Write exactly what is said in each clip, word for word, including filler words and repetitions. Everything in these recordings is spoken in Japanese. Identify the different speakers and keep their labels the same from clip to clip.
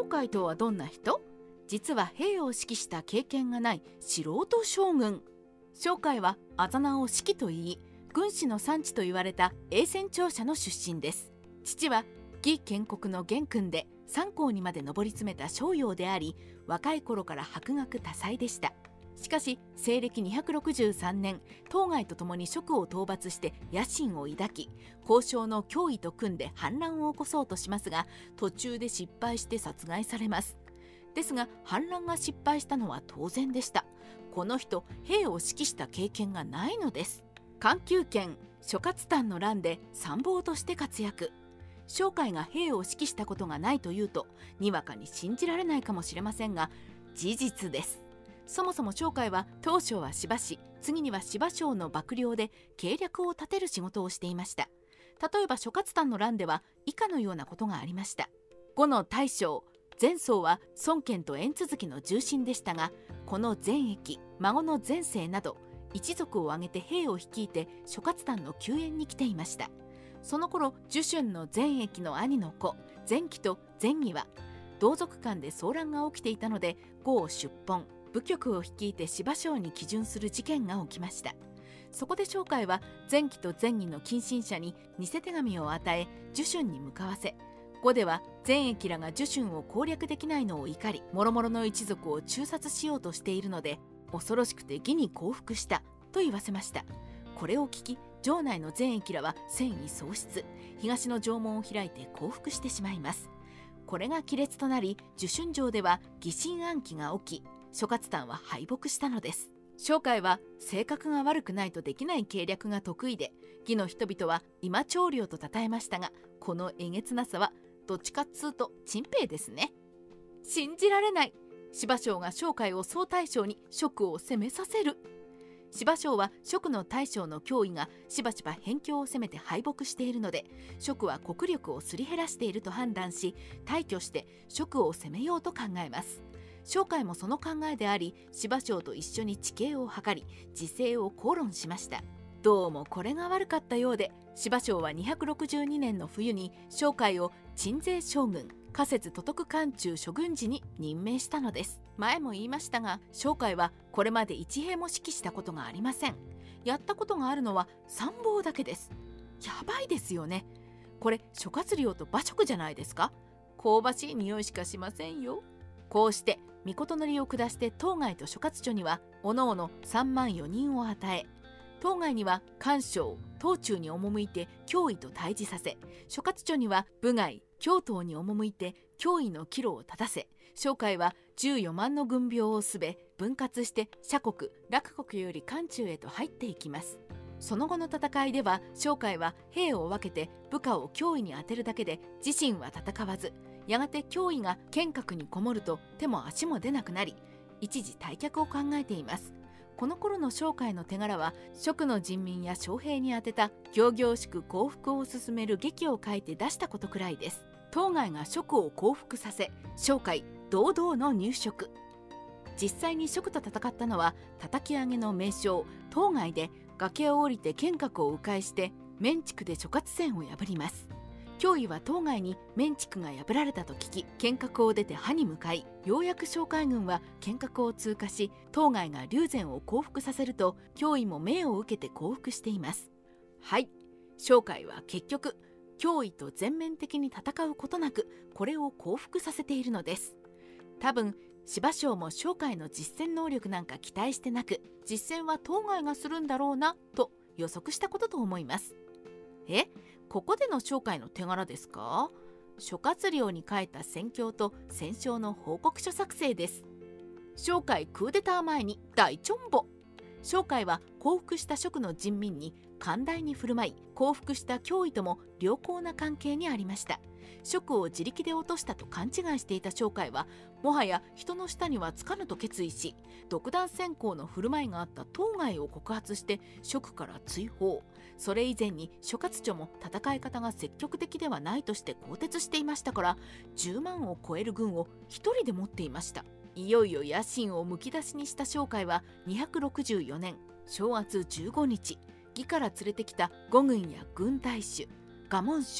Speaker 1: 海とはどんな人？実は兵を指揮した経験がない素人将軍。商海はあざ名を士気と言い、軍師の産地と言われた栄泉庁舎の出身です。父は魏建国の元勲で三皇にまで上り詰めた商陽であり、若い頃から博学多才でした。しかし西暦にひゃくろくじゅうさんねん、当該と共に蜀を討伐して野心を抱き、交渉の脅威と組んで反乱を起こそうとしますが、途中で失敗して殺害されます。ですが反乱が失敗したのは当然でした。この人、兵を指揮した経験がないのです。環球圏諸葛丹の乱で参謀として活躍。商海が兵を指揮したことがないというと、にわかに信じられないかもしれませんが、事実です。そもそも商海は当初は司馬氏、次には司馬省の幕僚で計略を立てる仕事をしていました。例えば諸葛丹の乱では以下のようなことがありました。呉の大将前宗は孫権と縁続きの重臣でしたが、この前益、孫の前世など一族を挙げて兵を率いて諸葛丹の救援に来ていました。その頃寿春の前益の兄の子前期と前義は同族間で騒乱が起きていたので、呉を出奔、部局を率いて司馬省に帰順する事件が起きました。そこで商海は前期と前義の近親者に偽手紙を与え、寿春に向かわせ、呉では前益らが寿春を攻略できないのを怒り、諸々の一族を誅殺しようとしているので、恐ろしくて義に降伏したと言わせました。これを聞き、城内の前益らは戦意喪失、東の城門を開いて降伏してしまいます。これが亀裂となり、寿春城では疑心暗鬼が起き、諸葛丹は敗北したのです。商海は性格が悪くないとできない計略が得意で、魏の人々は今長領と称えましたが、このえげつなさはどっちかっつうと陳平ですね。信じられない。司馬省が商海を総大将に蜀を攻めさせる。司馬省は蜀の大将の脅威がしばしば辺境を攻めて敗北しているので、蜀は国力をすり減らしていると判断し、大挙して蜀を攻めようと考えます。商海もその考えであり、司馬省と一緒に地形を図り、時勢を口論しました。どうもこれが悪かったようで、司馬省はにひゃくろくじゅうにねんの冬に商海を鎮西将軍、仮説都督官中諸軍事に任命したのです。前も言いましたが、商海はこれまで一兵も指揮したことがありません。やったことがあるのは参謀だけです。やばいですよね。これ諸葛亮と馬謖じゃないですか。香ばしい匂いしかしませんよ。こうして詔のりを下して当該と諸葛所にはおのおのさんまんよにんを与え、当該には官将当中に赴いて脅威と対峙させ、諸葛所には部外京都に赴いて脅威の岐路を立たせ、商海はじゅうよんまんの軍兵をすべ分割して社国洛国より漢中へと入っていきます。その後の戦いでは商海は兵を分けて部下を脅威に当てるだけで自身は戦わず、やがて脅威が剣閣にこもると手も足も出なくなり、一時退却を考えています。この頃の商海の手柄は、蜀の人民や将兵に宛てた仰々しく降伏を進める劇を書いて出したことくらいです。当該が蜀を降伏させ、商海堂々の入蜀。実際に蜀と戦ったのは叩き上げの名将当該で、崖を降りて剣閣を迂回して面築で諸葛線を破ります。脅威は当該に面築が破られたと聞き、剣閣を出て歯に向かい、ようやく商海軍は剣閣を通過し、当該が龍禅を降伏させると、脅威も命を受けて降伏しています。はい、商海は結局脅威と全面的に戦うことなく、これを降伏させているのです。多分司馬省も商海の実戦能力なんか期待してなく、実戦は当該がするんだろうなと予測したことと思います。え、ここでの商海の手柄ですか？諸葛亮に書いた戦況と戦勝の報告書作成です。商海クーデター前に大チョンボ。商海は降伏した蜀の人民に寛大に振る舞い、降伏した脅威とも良好な関係にありました。蜀を自力で落としたと勘違いしていた商海は、もはや人の下にはつかぬと決意し、独断専行の振る舞いがあった当該を告発して蜀から追放。それ以前に諸葛所も戦い方が積極的ではないとして更迭していましたから、じゅうまんを超える軍を一人で持っていました。いよいよ野心をむき出しにした商海はにひゃくろくじゅうよねん正月じゅうごにち、魏から連れてきた呉軍や軍大衆、賀門将、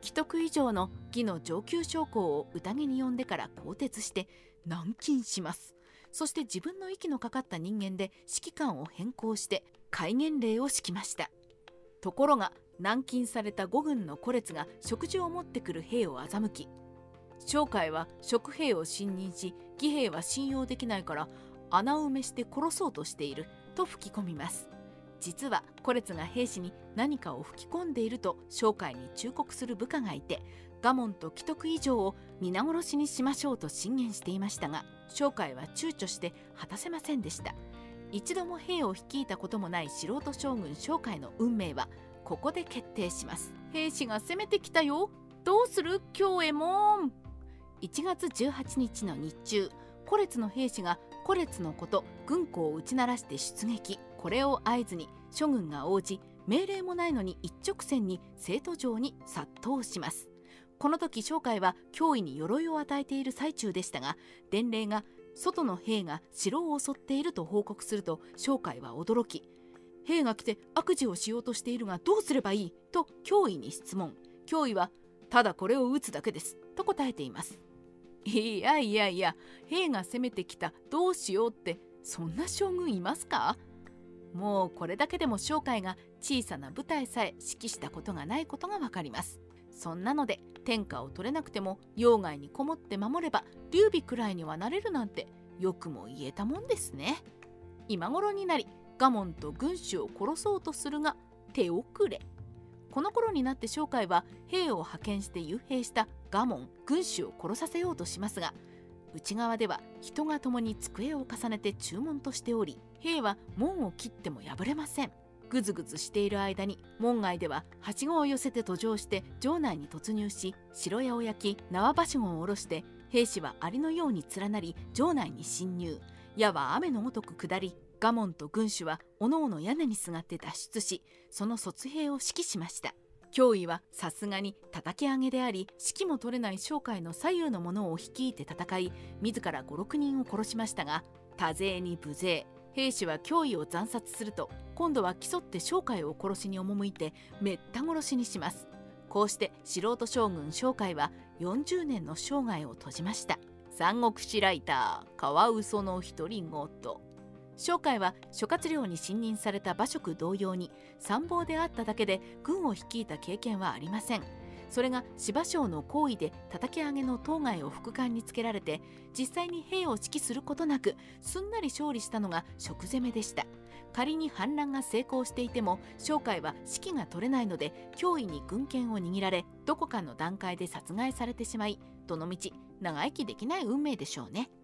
Speaker 1: 既得以上の義の上級将校を宴に呼んでから更迭して軟禁します。そして自分の息のかかった人間で指揮官を変更して戒厳令を敷きました。ところが軟禁された五軍の虎列が食事を持ってくる兵を欺き、商海は食兵を信任し、義兵は信用できないから穴埋めして殺そうとしていると吹き込みます。実は虎列が兵士に何かを吹き込んでいると商海に忠告する部下がいて、我門と既得以上を皆殺しにしましょうと進言していましたが、商海は躊躇して果たせませんでした。一度も兵を率いたこともない素人将軍商海の運命はここで決定します。兵士が攻めてきたよ、どうする京右衛門。いちがつじゅうはちにちの日中、虎列の兵士が虎列のこと軍港を打ち鳴らして出撃。これを合図に諸軍が応じ、命令もないのに一直線に成都城に殺到します。この時商海は脅威に鎧を与えている最中でしたが、伝令が外の兵が城を襲っていると報告すると商海は驚き、兵が来て悪事をしようとしているがどうすればいいと脅威に質問。脅威はただこれを撃つだけですと答えています。いやいやいや、兵が攻めてきた、どうしようって、そんな将軍いますか。もうこれだけでも商海が小さな部隊さえ指揮したことがないことがわかります。そんなので天下を取れなくても要害にこもって守れば劉備くらいにはなれるなんてよくも言えたもんですね。今頃になり我門と軍師を殺そうとするが手遅れ。この頃になって商海は兵を派遣して幽閉した我門、軍師を殺させようとしますが、内側では人が共に机を重ねて注文としており、兵は門を切っても破れません。ぐずぐずしている間に門外でははしごを寄せて登場して城内に突入し、城屋を焼き縄ばしごを下ろして、兵士はアリのように連なり城内に侵入。矢は雨のごとく下り、我門と軍師はおのおの屋根にすがって脱出し、その卒兵を指揮しました。脅威はさすがに叩き上げであり、指揮も取れない商海の左右の者を率いて戦い、自らごろくにんを殺しましたが、多勢に無勢。兵士は脅威を惨殺すると、今度は競って商海を殺しに赴いてめった殺しにします。こうして素人将軍商海はよんじゅうねんの生涯を閉じました。三国志ライター、カワウソの独り言。商海は諸葛亮に信任された馬謖同様に参謀であっただけで軍を率いた経験はありません。それが司馬省の行為で叩き上げの当該を副官につけられて、実際に兵を指揮することなくすんなり勝利したのが食攻めでした。仮に反乱が成功していても商海は指揮が取れないので、脅威に軍権を握られ、どこかの段階で殺害されてしまい、どのみち長生きできない運命でしょうね。